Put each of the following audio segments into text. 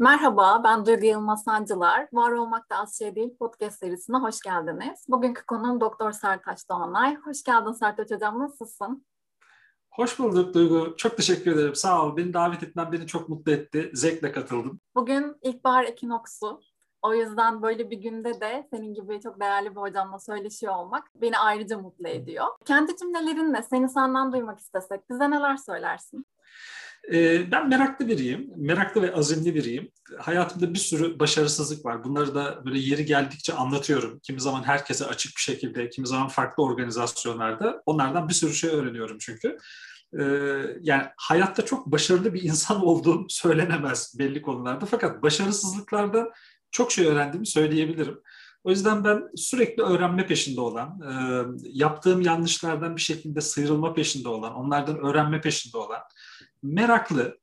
Merhaba, ben Duygu Yılmaz Sancılar. Var Olmak da Az Şey Değil podcast serisine hoş geldiniz. Bugünkü konuğum Doktor Sertaç Doğanay. Hoş geldin Sertaç Hocam, nasılsın? Hoş bulduk Duygu. Çok teşekkür ederim. Sağ ol. Beni davet etmen beni çok mutlu etti. Zevkle katıldım. Bugün ilkbahar ekinoksu. O yüzden böyle bir günde de senin gibi çok değerli bir hocamla söyleşiyor olmak beni ayrıca mutlu ediyor. Kendi cümlelerinle seni senden duymak istesek bize neler söylersin? Ben meraklı biriyim. Meraklı ve azimli biriyim. Hayatımda bir sürü başarısızlık var. Bunları da böyle yeri geldikçe anlatıyorum. Kimi zaman herkese açık bir şekilde, kimi zaman farklı organizasyonlarda. Onlardan bir sürü şey öğreniyorum çünkü. Yani hayatta çok başarılı bir insan olduğum söylenemez belli konularda. Fakat başarısızlıklarda çok şey öğrendiğimi söyleyebilirim. O yüzden ben sürekli öğrenme peşinde olan, yaptığım yanlışlardan bir şekilde sıyrılma peşinde olan, onlardan öğrenme peşinde olan, meraklı,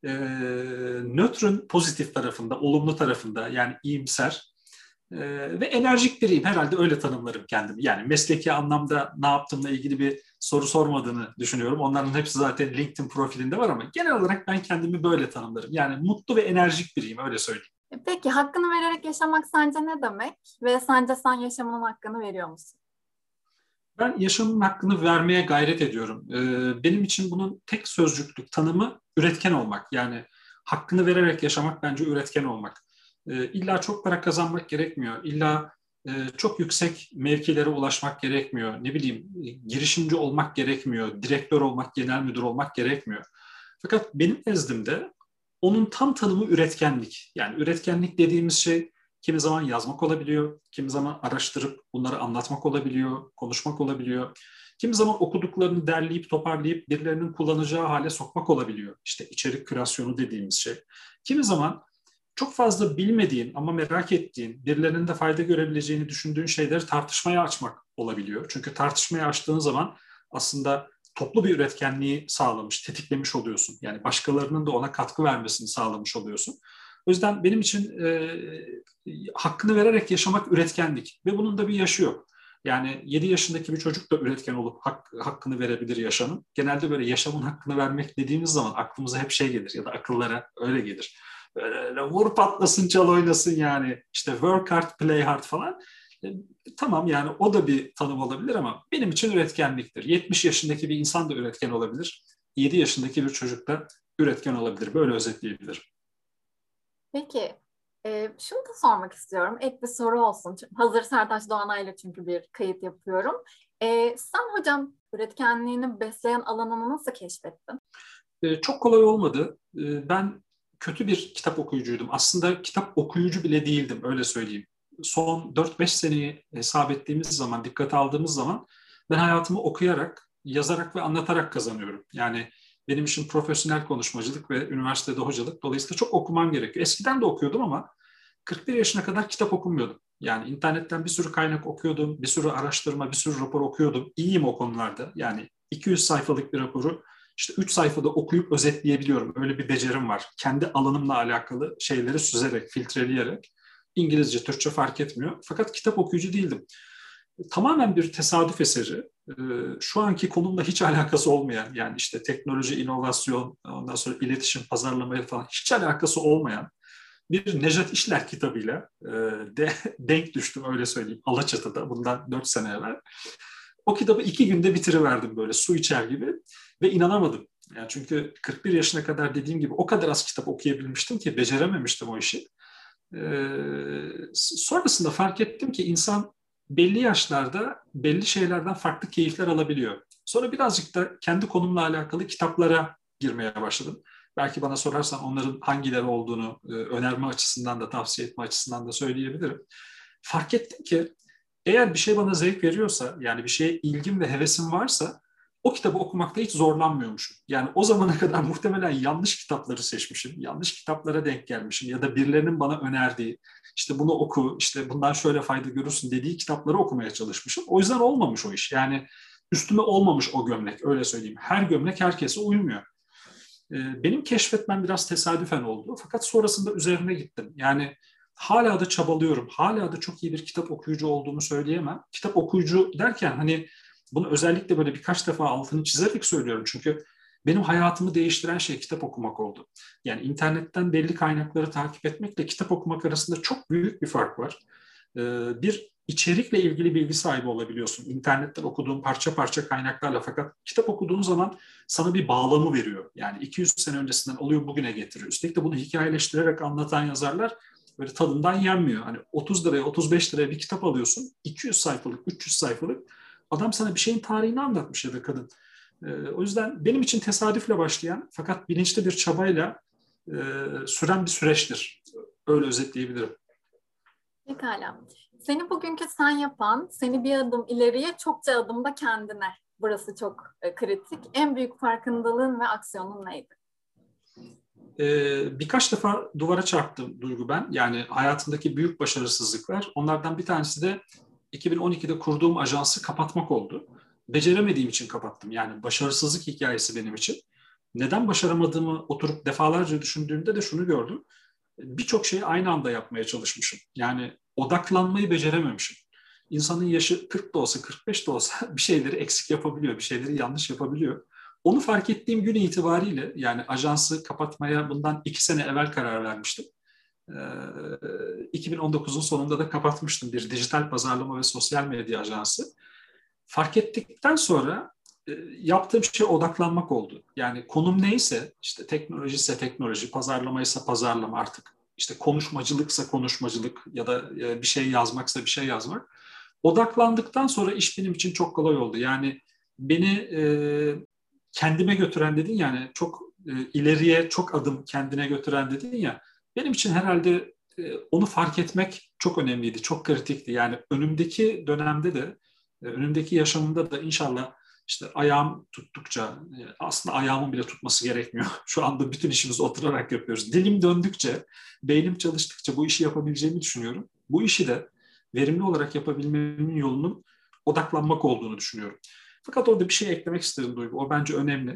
nötrün pozitif tarafında, olumlu tarafında yani iyimser ve enerjik biriyim. Herhalde öyle tanımlarım kendimi. Yani mesleki anlamda ne yaptığımla ilgili bir soru sormadığını düşünüyorum. Onların hepsi zaten LinkedIn profilinde var ama genel olarak ben kendimi böyle tanımlarım. Yani mutlu ve enerjik biriyim, öyle söyleyeyim. Peki hakkını vererek yaşamak sence ne demek? Ve sence sen yaşamının hakkını veriyor musun? Ben yaşamın hakkını vermeye gayret ediyorum. Benim için bunun tek sözcüklük tanımı üretken olmak. Yani hakkını vererek yaşamak bence üretken olmak. İlla çok para kazanmak gerekmiyor. İlla çok yüksek mevkilere ulaşmak gerekmiyor. Ne bileyim, girişimci olmak gerekmiyor. Direktör olmak, genel müdür olmak gerekmiyor. Fakat benim nezdimde onun tam tanımı üretkenlik. Yani üretkenlik dediğimiz şey kimi zaman yazmak olabiliyor, kimi zaman araştırıp bunları anlatmak olabiliyor, konuşmak olabiliyor. Kimi zaman okuduklarını derleyip toparlayıp birilerinin kullanacağı hale sokmak olabiliyor. İşte içerik kürasyonu dediğimiz şey. Kimi zaman çok fazla bilmediğin ama merak ettiğin, birilerinin de fayda görebileceğini düşündüğün şeyleri tartışmaya açmak olabiliyor. Çünkü tartışmaya açtığın zaman aslında toplu bir üretkenliği sağlamış, tetiklemiş oluyorsun. Yani başkalarının da ona katkı vermesini sağlamış oluyorsun. O yüzden benim için hakkını vererek yaşamak üretkenlik ve bunun da bir yaşı yok. Yani 7 yaşındaki bir çocuk da üretken olup hakkını verebilir yaşamın. Genelde böyle yaşamın hakkını vermek dediğimiz zaman aklımıza hep şey gelir ya da akıllara öyle gelir. Böyle vur patlasın çal oynasın yani işte work hard play hard falan. E, tamam yani o da bir tanım olabilir ama benim için üretkenliktir. 70 yaşındaki bir insan da üretken olabilir. 7 yaşındaki bir çocuk da üretken olabilir. Böyle özetleyebilirim. Peki, şunu da sormak istiyorum. Ek bir soru olsun. Hazır Sertaç Doğanay'la çünkü bir kayıt yapıyorum. Sen hocam üretkenliğini besleyen alanını nasıl keşfettin? Çok kolay olmadı. Ben kötü bir kitap okuyucuydum. Aslında kitap okuyucu bile değildim, öyle söyleyeyim. Son 4-5 seneyi hesap ettiğimiz zaman, dikkate aldığımız zaman ben hayatımı okuyarak, yazarak ve anlatarak kazanıyorum. Yani benim işim profesyonel konuşmacılık ve üniversitede hocalık. Dolayısıyla çok okumam gerekiyor. Eskiden de okuyordum ama 41 yaşına kadar kitap okumuyordum. Yani internetten bir sürü kaynak okuyordum, bir sürü araştırma, bir sürü rapor okuyordum. İyiyim o konularda. Yani 200 sayfalık bir raporu işte 3 sayfada okuyup özetleyebiliyorum. Öyle bir becerim var. Kendi alanımla alakalı şeyleri süzerek, filtreleyerek. İngilizce, Türkçe fark etmiyor. Fakat kitap okuyucu değildim. Tamamen bir tesadüf eseri. Şu anki konumla hiç alakası olmayan, yani işte teknoloji, inovasyon, ondan sonra iletişim, pazarlamaya falan hiç alakası olmayan bir Nejat İşler kitabıyla denk düştüm, öyle söyleyeyim, Alaçatı'da bundan 4 sene evvel. O kitabı 2 günde bitiriverdim böyle su içer gibi ve inanamadım. Yani çünkü 41 yaşına kadar dediğim gibi o kadar az kitap okuyabilmiştim ki becerememiştim o işi. Sonrasında fark ettim ki insan belli yaşlarda belli şeylerden farklı keyifler alabiliyor. Sonra birazcık da kendi konumla alakalı kitaplara girmeye başladım. Belki bana sorarsan onların hangileri olduğunu önerme açısından da tavsiye etme açısından da söyleyebilirim. Fark ettim ki eğer bir şey bana zevk veriyorsa, yani bir şeye ilgim ve hevesim varsa o kitabı okumakta hiç zorlanmıyormuşum. Yani o zamana kadar muhtemelen yanlış kitapları seçmişim, yanlış kitaplara denk gelmişim ya da birilerinin bana önerdiği, işte bunu oku, işte bundan şöyle fayda görürsün dediği kitapları okumaya çalışmışım. O yüzden olmamış o iş. Yani üstüme olmamış o gömlek, öyle söyleyeyim. Her gömlek herkese uymuyor. Benim keşfetmem biraz tesadüfen oldu. Fakat sonrasında üzerine gittim. Yani hala da çabalıyorum. Hala da çok iyi bir kitap okuyucu olduğumu söyleyemem. Kitap okuyucu derken hani bunu özellikle böyle birkaç defa altını çizerek söylüyorum. Çünkü benim hayatımı değiştiren şey kitap okumak oldu. Yani internetten belli kaynakları takip etmekle kitap okumak arasında çok büyük bir fark var. Bir içerikle ilgili bilgi sahibi olabiliyorsun. İnternetten okuduğun parça parça kaynaklarla, fakat kitap okuduğun zaman sana bir bağlamı veriyor. Yani 200 sene öncesinden oluyor bugüne getiriyor. Üstelik de bunu hikayeleştirerek anlatan yazarlar böyle tadından yenmiyor. Hani 30 liraya 35 liraya bir kitap alıyorsun. 200 sayfalık, 300 sayfalık. Adam sana bir şeyin tarihini anlatmış ya da kadın. O yüzden benim için tesadüfle başlayan fakat bilinçli bir çabayla süren bir süreçtir. Öyle özetleyebilirim. Pekala. Seni bugünkü sen yapan, seni bir adım ileriye, çokça adım da kendine. Burası çok kritik. En büyük farkındalığın ve aksiyonun neydi? Birkaç defa duvara çarptım Duygu ben. Yani hayatımdaki büyük başarısızlıklar. Onlardan bir tanesi de 2012'de kurduğum ajansı kapatmak oldu. Beceremediğim için kapattım. Yani başarısızlık hikayesi benim için. Neden başaramadığımı oturup defalarca düşündüğümde de şunu gördüm. Birçok şeyi aynı anda yapmaya çalışmışım. Yani odaklanmayı becerememişim. İnsanın yaşı 40 da olsa 45 de olsa bir şeyleri eksik yapabiliyor, bir şeyleri yanlış yapabiliyor. Onu fark ettiğim gün itibariyle, yani ajansı kapatmaya bundan 2 sene evvel karar vermiştim. 2019'un sonunda da kapatmıştım, bir dijital pazarlama ve sosyal medya ajansı. Fark ettikten sonra yaptığım şey odaklanmak oldu. Yani konum neyse, işte teknoloji ise teknoloji, pazarlama ise pazarlama, artık işte konuşmacılıksa konuşmacılık ya da bir şey yazmaksa bir şey yazmak. Odaklandıktan sonra iş benim için çok kolay oldu. Yani beni kendime götüren dedin, yani çok ileriye çok adım kendine götüren dedin ya, benim için herhalde onu fark etmek çok önemliydi, çok kritikti. Yani önümdeki dönemde de, önümdeki yaşamımda da inşallah işte ayağım tuttukça, aslında ayağımın bile tutması gerekmiyor. Şu anda bütün işimizi oturarak yapıyoruz. Dilim döndükçe, beynim çalıştıkça bu işi yapabileceğimi düşünüyorum. Bu işi de verimli olarak yapabilmemin yolunun odaklanmak olduğunu düşünüyorum. Fakat orada bir şey eklemek isterim Duygu. O bence önemli.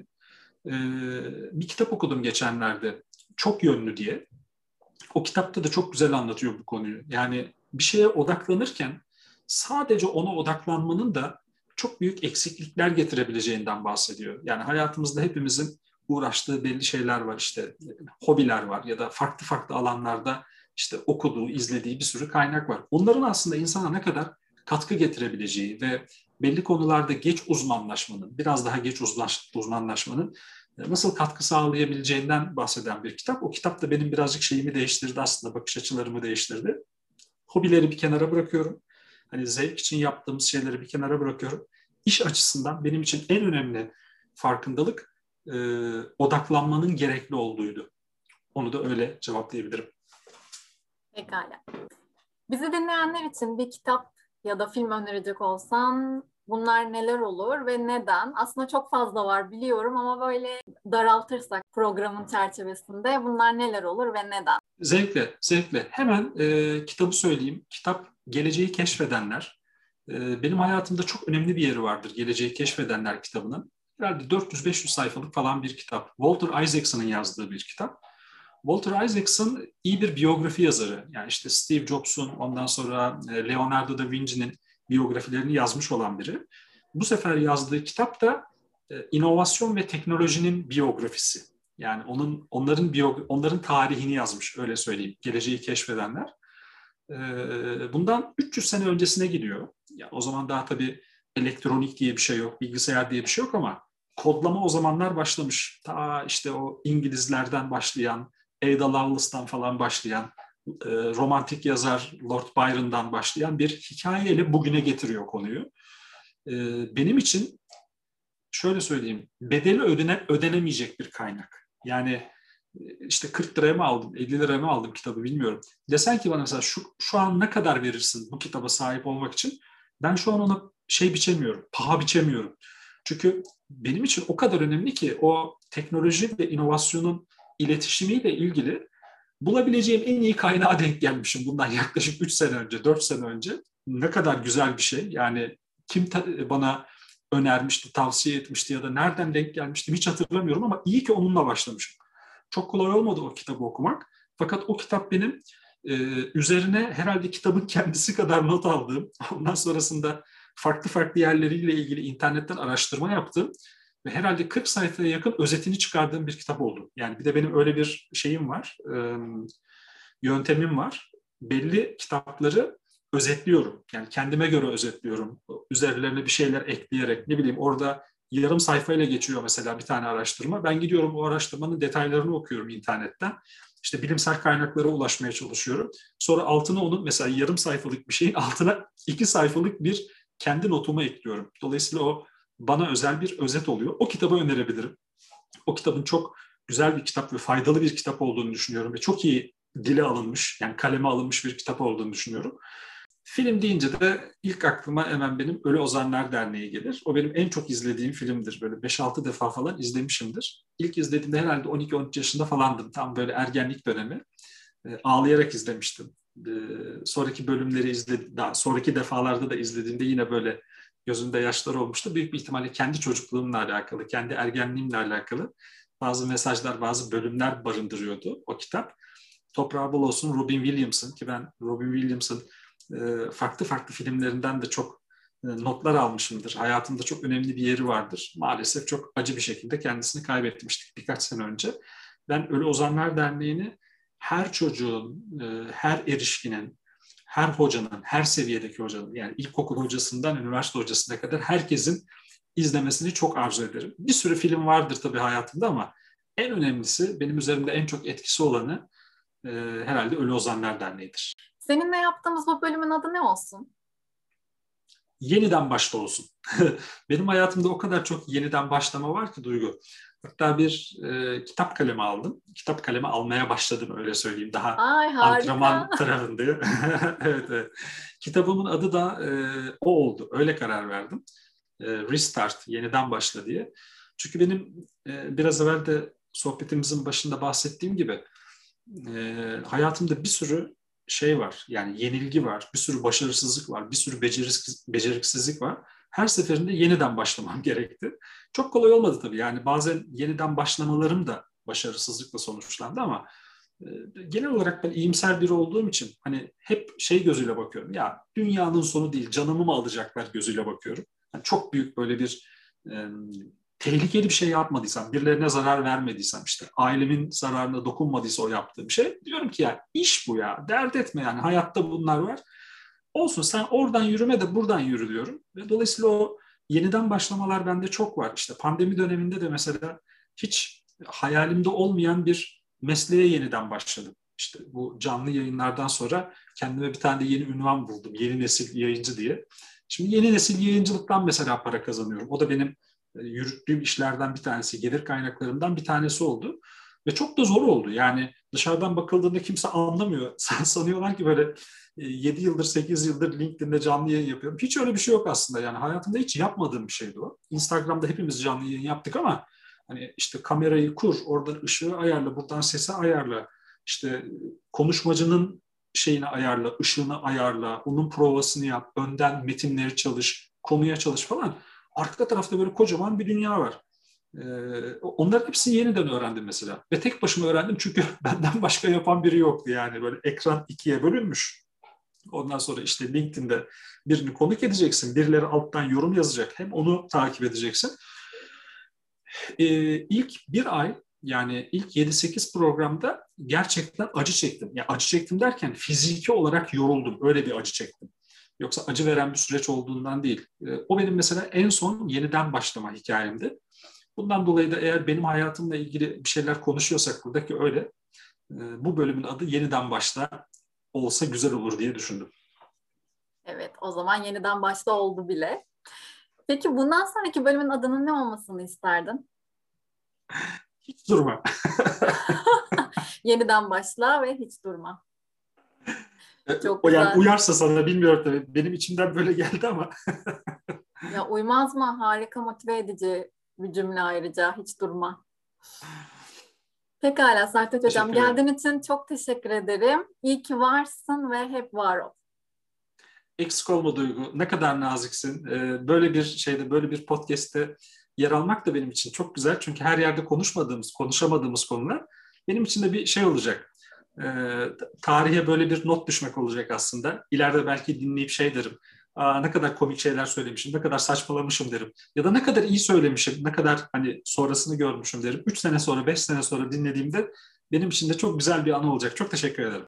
Bir kitap okudum geçenlerde. Çok yönlü diye. O kitapta da çok güzel anlatıyor bu konuyu. Yani bir şeye odaklanırken sadece ona odaklanmanın da çok büyük eksiklikler getirebileceğinden bahsediyor. Yani hayatımızda hepimizin uğraştığı belli şeyler var, işte hobiler var ya da farklı farklı alanlarda işte okuduğu, izlediği bir sürü kaynak var. Onların aslında insana ne kadar katkı getirebileceği ve belli konularda geç uzmanlaşmanın, biraz daha geç uzmanlaşmanın nasıl katkı sağlayabileceğinden bahseden bir kitap. O kitap da benim birazcık şeyimi değiştirdi aslında, bakış açılarımı değiştirdi. Hobileri bir kenara bırakıyorum. Hani zevk için yaptığımız şeyleri bir kenara bırakıyorum. İş açısından benim için en önemli farkındalık odaklanmanın gerekli olduğuydu. Onu da öyle cevaplayabilirim. Pekala. Bizi dinleyenler için bir kitap ya da film önerecek olsan bunlar neler olur ve neden? Aslında çok fazla var biliyorum ama böyle daraltırsak programın çerçevesinde bunlar neler olur ve neden? Zevkle, zevkle. Hemen kitabı söyleyeyim. Kitap Geleceği Keşfedenler. Benim hayatımda çok önemli bir yeri vardır Geleceği Keşfedenler kitabının. Herhalde 400-500 sayfalık falan bir kitap. Walter Isaacson'ın yazdığı bir kitap. Walter Isaacson iyi bir biyografi yazarı. Yani işte Steve Jobs'un, ondan sonra Leonardo da Vinci'nin biyografilerini yazmış olan biri. Bu sefer yazdığı kitap da inovasyon ve teknolojinin biyografisi. Yani onların tarihini yazmış, öyle söyleyeyim. Geleceği keşfedenler. Bundan 300 sene öncesine gidiyor. Yani o zaman daha tabii elektronik diye bir şey yok, bilgisayar diye bir şey yok ama kodlama o zamanlar başlamış. Ta işte o İngilizlerden başlayan, Ada Lovelace'dan falan başlayan, romantik yazar Lord Byron'dan başlayan bir hikayeyle bugüne getiriyor konuyu. Benim için şöyle söyleyeyim, bedeli ödenemeyecek bir kaynak. Yani işte 40 liraya mı aldım, 50 liraya mı aldım kitabı bilmiyorum. Desen ki bana mesela şu an ne kadar verirsin bu kitaba sahip olmak için? Ben şu an ona şey biçemiyorum, paha biçemiyorum. Çünkü benim için o kadar önemli ki o teknoloji ve inovasyonun iletişimiyle ilgili bulabileceğim en iyi kaynağa denk gelmişim bundan yaklaşık 3 sene önce, 4 sene önce. Ne kadar güzel bir şey. Yani kim bana önermişti, tavsiye etmişti ya da nereden denk gelmiştim hiç hatırlamıyorum ama iyi ki onunla başlamışım. Çok kolay olmadı o kitabı okumak. Fakat o kitap benim üzerine herhalde kitabın kendisi kadar not aldığım, ondan sonrasında farklı farklı yerleriyle ilgili internetten araştırma yaptım. ve herhalde 40 sayfaya yakın özetini çıkardığım bir kitap oldu. Yani bir de benim öyle bir şeyim var, yöntemim var. Belli kitapları özetliyorum. Yani kendime göre özetliyorum. Üzerlerine bir şeyler ekleyerek, ne bileyim, orada yarım sayfayla geçiyor mesela bir tane araştırma. Ben gidiyorum, o araştırmanın detaylarını okuyorum internetten. İşte bilimsel kaynaklara ulaşmaya çalışıyorum. Sonra altına onun, mesela yarım sayfalık bir şeyin altına 2 sayfalık bir kendi notumu ekliyorum. Dolayısıyla o bana özel bir özet oluyor. O kitabı önerebilirim. O kitabın çok güzel bir kitap ve faydalı bir kitap olduğunu düşünüyorum ve çok iyi dile alınmış, yani kaleme alınmış bir kitap olduğunu düşünüyorum. Film deyince de ilk aklıma hemen benim Ölü Ozanlar Derneği gelir. O benim en çok izlediğim filmdir. Böyle 5-6 defa falan izlemişimdir. İlk izlediğimde herhalde 12-13 yaşında falandım. Tam böyle ergenlik dönemi. Ağlayarak izlemiştim. Sonraki bölümleri daha sonraki defalarda da izlediğimde yine böyle gözümde yaşlar olmuştu. Büyük bir ihtimalle kendi çocukluğumla alakalı, kendi ergenliğimle alakalı bazı mesajlar, bazı bölümler barındırıyordu o kitap. Toprağı bol olsun Robin Williams'ın, ki ben Robin Williams'ın farklı farklı filmlerinden de çok notlar almışımdır. Hayatımda çok önemli bir yeri vardır. Maalesef çok acı bir şekilde kendisini kaybetmiştik birkaç sene önce. Ben Ölü Ozanlar Derneği'ni her çocuğun, her erişkinin, her hocanın, her seviyedeki hocanın, yani ilkokul hocasından üniversite hocasına kadar herkesin izlemesini çok arzu ederim. Bir sürü film vardır tabii hayatımda ama en önemlisi, benim üzerimde en çok etkisi olanı herhalde Ölü Ozanlar Derneği'dir. Seninle yaptığımız bu bölümün adı ne olsun? Yeniden başla olsun. Benim hayatımda o kadar çok yeniden başlama var ki Duygu. Hatta bir kitap kalemi aldım. Kitap kalemi almaya başladım, öyle söyleyeyim. Daha Ay harika. antrenman tarafında. Evet, evet. Kitabımın adı da o oldu. Öyle karar verdim. Restart, yeniden başla diye. Çünkü benim biraz evvel de sohbetimizin başında bahsettiğim gibi hayatımda bir sürü şey var. Yani yenilgi var, bir sürü başarısızlık var, bir sürü beceriksizlik var. Her seferinde yeniden başlamam gerekti. Çok kolay olmadı tabii. Yani bazen yeniden başlamalarım da başarısızlıkla sonuçlandı ama genel olarak ben iyimser biri olduğum için hani hep şey gözüyle bakıyorum. Ya dünyanın sonu değil, canımı mı alacaklar gözüyle bakıyorum. Yani çok büyük böyle bir tehlikeli bir şey yapmadıysam, birilerine zarar vermediysem, işte ailemin zararına dokunmadıysa o yaptığım şey, diyorum ki ya iş bu ya, dert etme, yani hayatta bunlar var. Olsun, sen oradan yürüme de buradan yürü diyorum. Ve dolayısıyla o yeniden başlamalar bende çok var. İşte pandemi döneminde de mesela hiç hayalimde olmayan bir mesleğe yeniden başladım. İşte bu canlı yayınlardan sonra kendime bir tane de yeni ünvan buldum. Yeni nesil yayıncı diye. Şimdi yeni nesil yayıncılıktan mesela para kazanıyorum. O da benim yürüttüğüm işlerden bir tanesi, gelir kaynaklarından bir tanesi oldu. Ve çok da zor oldu. Yani dışarıdan bakıldığında kimse anlamıyor. Sanıyorlar ki böyle 7 yıldır, 8 yıldır LinkedIn'de canlı yayın yapıyorum. Hiç öyle bir şey yok aslında. Yani hayatımda hiç yapmadığım bir şeydi o. Instagram'da hepimiz canlı yayın yaptık ama hani işte kamerayı kur, oradan ışığı ayarla, buradan sesi ayarla, işte konuşmacının şeyini ayarla, ışığını ayarla, onun provasını yap, önden metinleri çalış, konuya çalış falan. Arka tarafta böyle kocaman bir dünya var. Onların hepsini yeniden öğrendim mesela. Ve tek başıma öğrendim çünkü benden başka yapan biri yoktu yani. Böyle ekran ikiye bölünmüş. Ondan sonra işte LinkedIn'de birini konuk edeceksin. Birileri alttan yorum yazacak. Hem onu takip edeceksin. İlk bir ay, yani ilk 7-8 programda gerçekten acı çektim. Yani acı çektim derken fiziki olarak yoruldum. Öyle bir acı çektim. Yoksa acı veren bir süreç olduğundan değil. O benim mesela en son yeniden başlama hikayemdi. Bundan dolayı da eğer benim hayatımla ilgili bir şeyler konuşuyorsak buradaki öyle. Bu bölümün adı Yeniden Başla olsa güzel olur diye düşündüm. Evet, o zaman yeniden başla oldu bile. Peki bundan sonraki bölümün adının ne olmasını isterdin? Hiç durma. Yeniden başla ve hiç durma. Çok O yani güzel. uyarsa sana, bilmiyorum tabii. Benim içimden böyle geldi ama. Ya uymaz mı? Harika, motive edici bir cümle ayrıca. Hiç durma. Pekala Sertaç Hocam. Teşekkür ederim. Geldiğin için çok teşekkür ederim. İyi ki varsın ve hep var ol. Eksik olma Duygu. Ne kadar naziksin. Böyle bir şeyde, böyle bir podcast'te yer almak da benim için çok güzel. Çünkü her yerde konuşamadığımız konular benim için de bir şey olacak. Tarihe böyle bir not düşmek olacak aslında. İleride belki dinleyip şey derim. Aa, ne kadar komik şeyler söylemişim, ne kadar saçmalamışım derim. Ya da ne kadar iyi söylemişim, ne kadar hani sonrasını görmüşüm derim. 3 sene sonra, 5 sene sonra dinlediğimde benim için de çok güzel bir anı olacak. Çok teşekkür ederim.